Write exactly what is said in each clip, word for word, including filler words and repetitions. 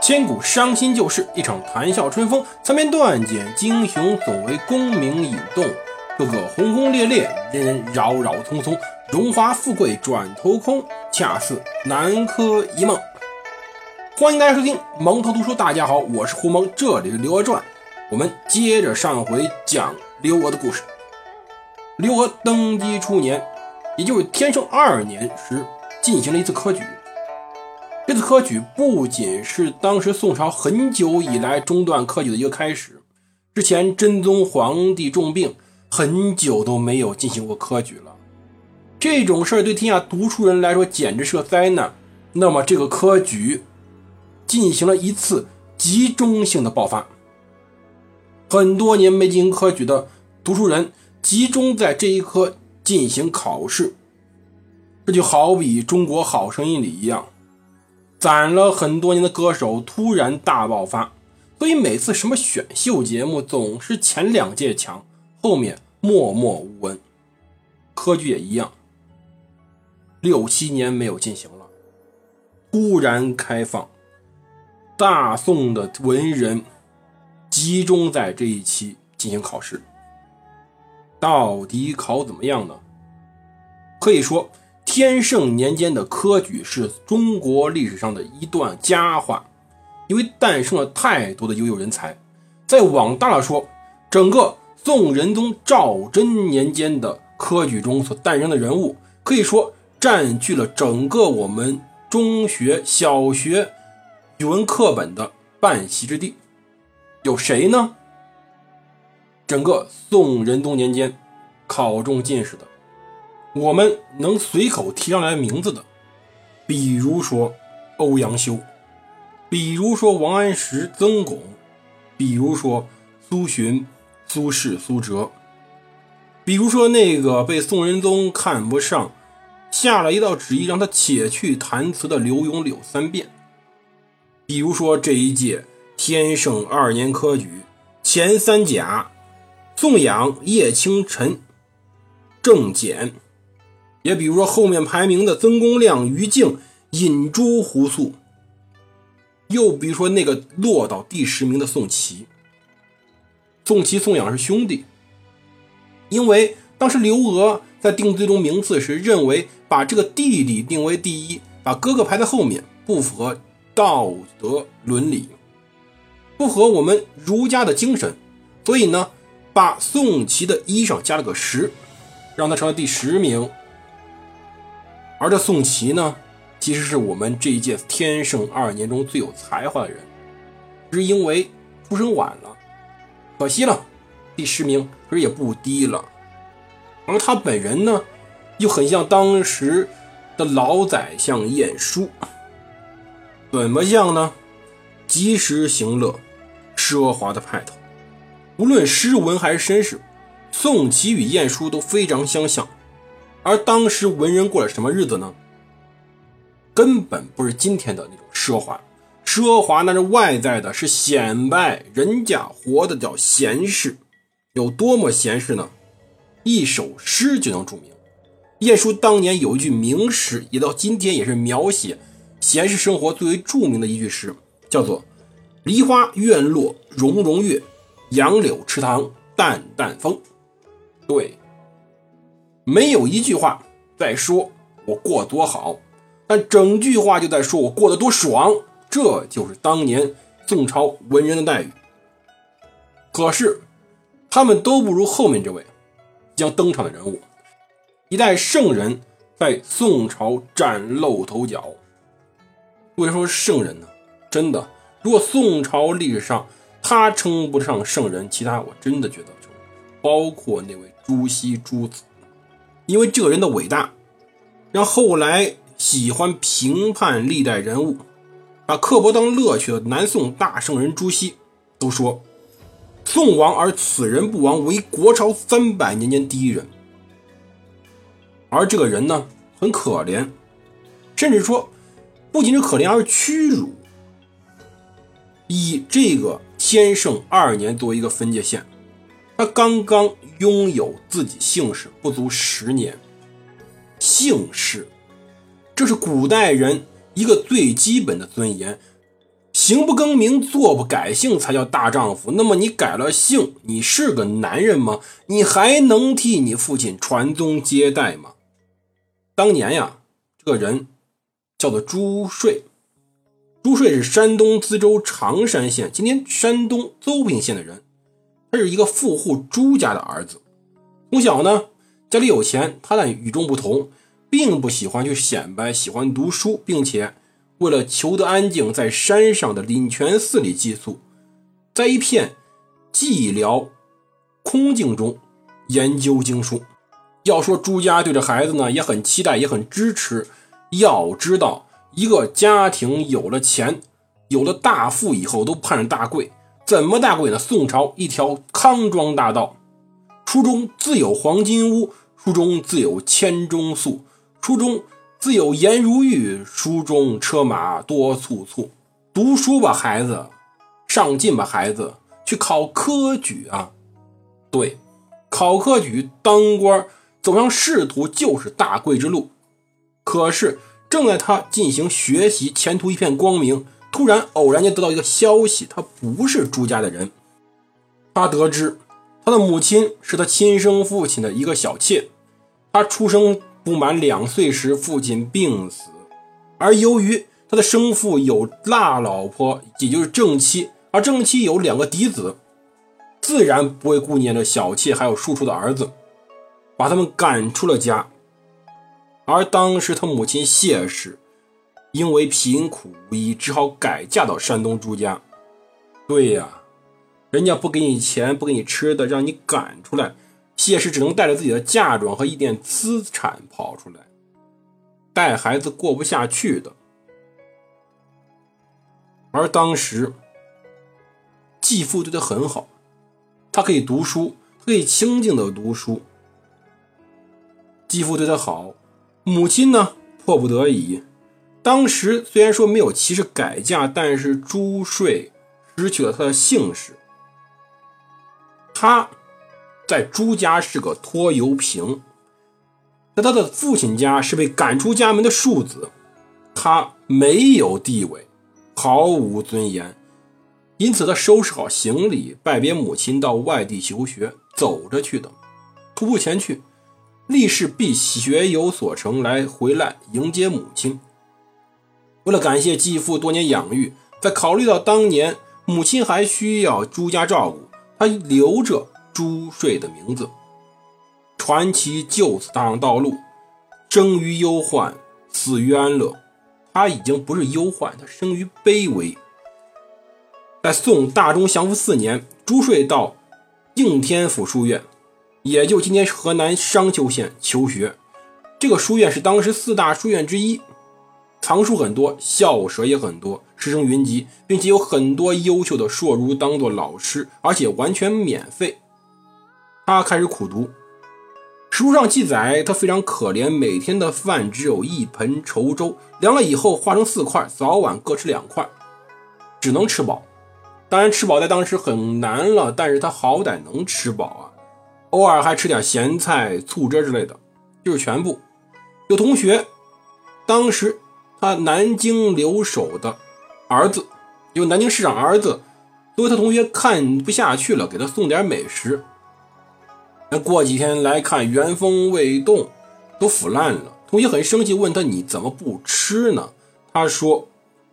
千古伤心旧事，一场谈笑春风。残篇断简，英雄总为功名引动。个个轰轰烈烈，人人扰扰匆匆。荣华富贵转头空，恰似南柯一梦。欢迎大家收听蒙头读书。大家好，我是胡蒙，这里是刘娥传。我们接着上回讲刘娥的故事。刘娥登基初年，也就是天圣二年时，进行了一次科举。这次科举不仅是当时宋朝很久以来中断科举的一个开始，之前真宗皇帝重病，很久都没有进行过科举了。这种事儿对天下读书人来说简直是个灾难。那么这个科举进行了一次集中性的爆发，很多年没进行科举的读书人集中在这一科进行考试。这就好比中国好声音里一样，攒了很多年的歌手突然大爆发，所以每次什么选秀节目总是前两届强，后面默默无闻。科举也一样，六七年没有进行了，突然开放，大宋的文人集中在这一期进行考试。到底考怎么样呢？可以说天圣年间的科举是中国历史上的一段佳话，因为诞生了太多的优秀人才。再往大了说，整个宋仁宗赵祯年间的科举中所诞生的人物，可以说占据了整个我们中学小学语文课本的半席之地。有谁呢？整个宋仁宗年间考中进士的，我们能随口提上来名字的，比如说欧阳修，比如说王安石、曾巩，比如说苏洵、苏轼、苏辙，比如说那个被宋仁宗看不上，下了一道旨意让他且去弹词的刘永、柳三变，比如说这一届天圣二年科举前三甲，宋养、叶清晨、郑简，也比如说后面排名的曾公亮、于静、尹朱、胡素，又比如说那个落到第十名的宋祁。宋祁、宋养是兄弟，因为当时刘娥在定最终名次时认为把这个弟弟定为第一，把哥哥排在后面，不符合道德伦理，不合我们儒家的精神，所以呢把宋祁的一上加了个十，让他成了第十名。而这宋祁呢，其实是我们这一届天圣二年中最有才华的人，只是因为出生晚了，可惜了，第十名可是也不低了。而他本人呢，又很像当时的老宰相晏殊。怎么像呢？及时行乐，奢华的派头。无论诗文还是身世，宋祁与晏殊都非常相像。而当时文人过了什么日子呢？根本不是今天的那种奢华，奢华那是外在的，是显摆，人家活的叫闲适。有多么闲适呢？一首诗就能注明。晏殊当年有一句名诗，也到今天也是描写闲适生活最为著名的一句诗，叫做梨花院落融融月，杨柳池塘淡淡风。对，没有一句话在说我过得多好，但整句话就在说我过得多爽，这就是当年宋朝文人的待遇。可是他们都不如后面这位将登场的人物，一代圣人在宋朝崭露头角。为什么说圣人呢？真的，如果宋朝历史上他称不上圣人，其他我真的觉得就包括那位朱熹朱子。因为这个人的伟大，让后来喜欢评判历代人物，把刻薄当乐趣的南宋大圣人朱熹都说，宋亡而此人不亡，为国朝三百年间第一人。而这个人呢，很可怜，甚至说不仅是可怜，而是屈辱。以这个天圣二年作为一个分界线，他刚刚拥有自己姓氏不足十年。姓氏，这是古代人一个最基本的尊严。 行不更名，坐不改姓才叫大丈夫。那么你改了姓，你是个男人吗？你还能替你父亲传宗接代吗？当年呀，这个人叫做朱税。朱税是山东资州常山县，今天山东邹平县的人。他是一个富户朱家的儿子。从小呢，家里有钱，他但与众不同，并不喜欢去显摆，喜欢读书，并且为了求得安静，在山上的灵泉寺里寄宿，在一片寂寥空静中研究经书。要说朱家对这孩子呢，也很期待，也很支持。要知道，一个家庭有了钱，有了大富以后，都盼着大贵。怎么大贵呢？宋朝一条康庄大道，书中自有黄金屋，书中自有千钟粟，书中自有颜如玉，书中车马多簇簇。读书吧孩子，上进吧孩子，去考科举啊！对，考科举当官，走上仕途就是大贵之路。可是正在他进行学习，前途一片光明，突然偶然间得到一个消息，他不是朱家的人。他得知他的母亲是他亲生父亲的一个小妾，他出生不满两岁时父亲病死，而由于他的生父有辣老婆，也就是正妻，而正妻有两个嫡子，自然不会顾念着小妾还有庶出的儿子，把他们赶出了家。而当时他母亲谢氏因为贫苦无依，只好改嫁到山东朱家。对呀，人家不给你钱，不给你吃的，让你赶出来，谢氏只能带着自己的嫁妆和一点资产跑出来，带孩子过不下去的。而当时继父对他很好，他可以读书，他可以清静的读书。继父对他好，母亲呢迫不得已。当时虽然说没有骑士改嫁，但是朱税失去了他的姓氏。他在朱家是个拖油瓶，在他的父亲家是被赶出家门的庶子，他没有地位，毫无尊严，因此他收拾好行李，拜别母亲，到外地求学，走着去的，徒步前去，立誓必学有所成，来回来迎接母亲。为了感谢继父多年养育，在考虑到当年母亲还需要朱家照顾，他留着朱税的名字。传奇就此踏上道路，生于忧患，死于安乐。他已经不是忧患，他生于卑微。在宋大中祥符四年，朱税到应天府书院，也就今天河南商丘县求学。这个书院是当时四大书院之一，藏书很多，校舍也很多，师生云集，并且有很多优秀的硕儒当做老师，而且完全免费。他开始苦读，史书上记载他非常可怜，每天的饭只有一盆稠粥，凉了以后化成四块，早晚各吃两块，只能吃饱。当然吃饱在当时很难了，但是他好歹能吃饱啊，偶尔还吃点咸菜醋汁之类的，就是全部。有同学当时他南京留守的儿子，有南京市长儿子，作为他同学看不下去了，给他送点美食。那过几天来看，原封未动，都腐烂了。同学很生气，问他你怎么不吃呢？他说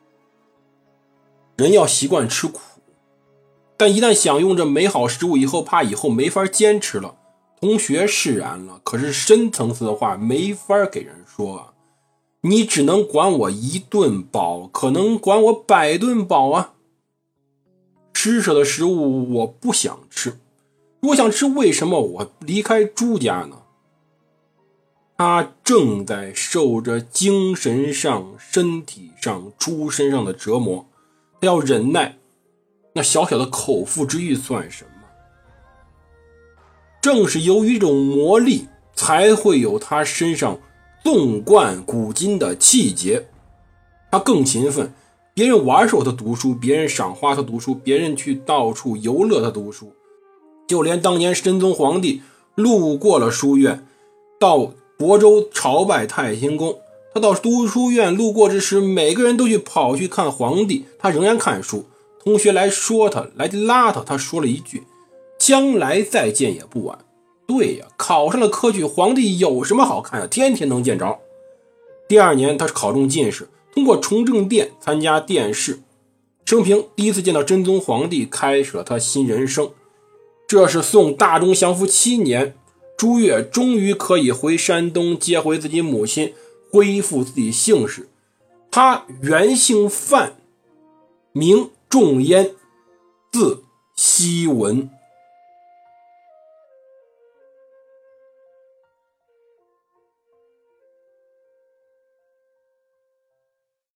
人要习惯吃苦，但一旦享用着美好食物以后，怕以后没法坚持了。同学释然了，可是深层次的话没法给人说啊。你只能管我一顿饱，可能管我百顿饱啊。施舍的食物我不想吃，如果想吃，为什么我离开朱家呢？他正在受着精神上、身体上、出身上的折磨，他要忍耐，那小小的口腹之欲算什么？正是由于这种磨砺，才会有他身上纵贯古今的气节。他更勤奋，别人玩手他读书，别人赏花他读书，别人去到处游乐他读书。就连当年神宗皇帝路过了书院，到亳州朝拜太清宫， 他到读书院路过之时，每个人都去跑去看皇帝，他仍然看书。同学来说他，来拉他，他说了一句：将来再见也不晚。对呀，考上了科举，皇帝有什么好看呀？天天能见着。第二年他是考中进士，通过崇政殿参加殿试，生平第一次见到真宗皇帝，开始了他新人生。这是宋大中祥符七年，朱越终于可以回山东接回自己母亲，恢复自己姓氏。他原姓范，名仲淹，字希文。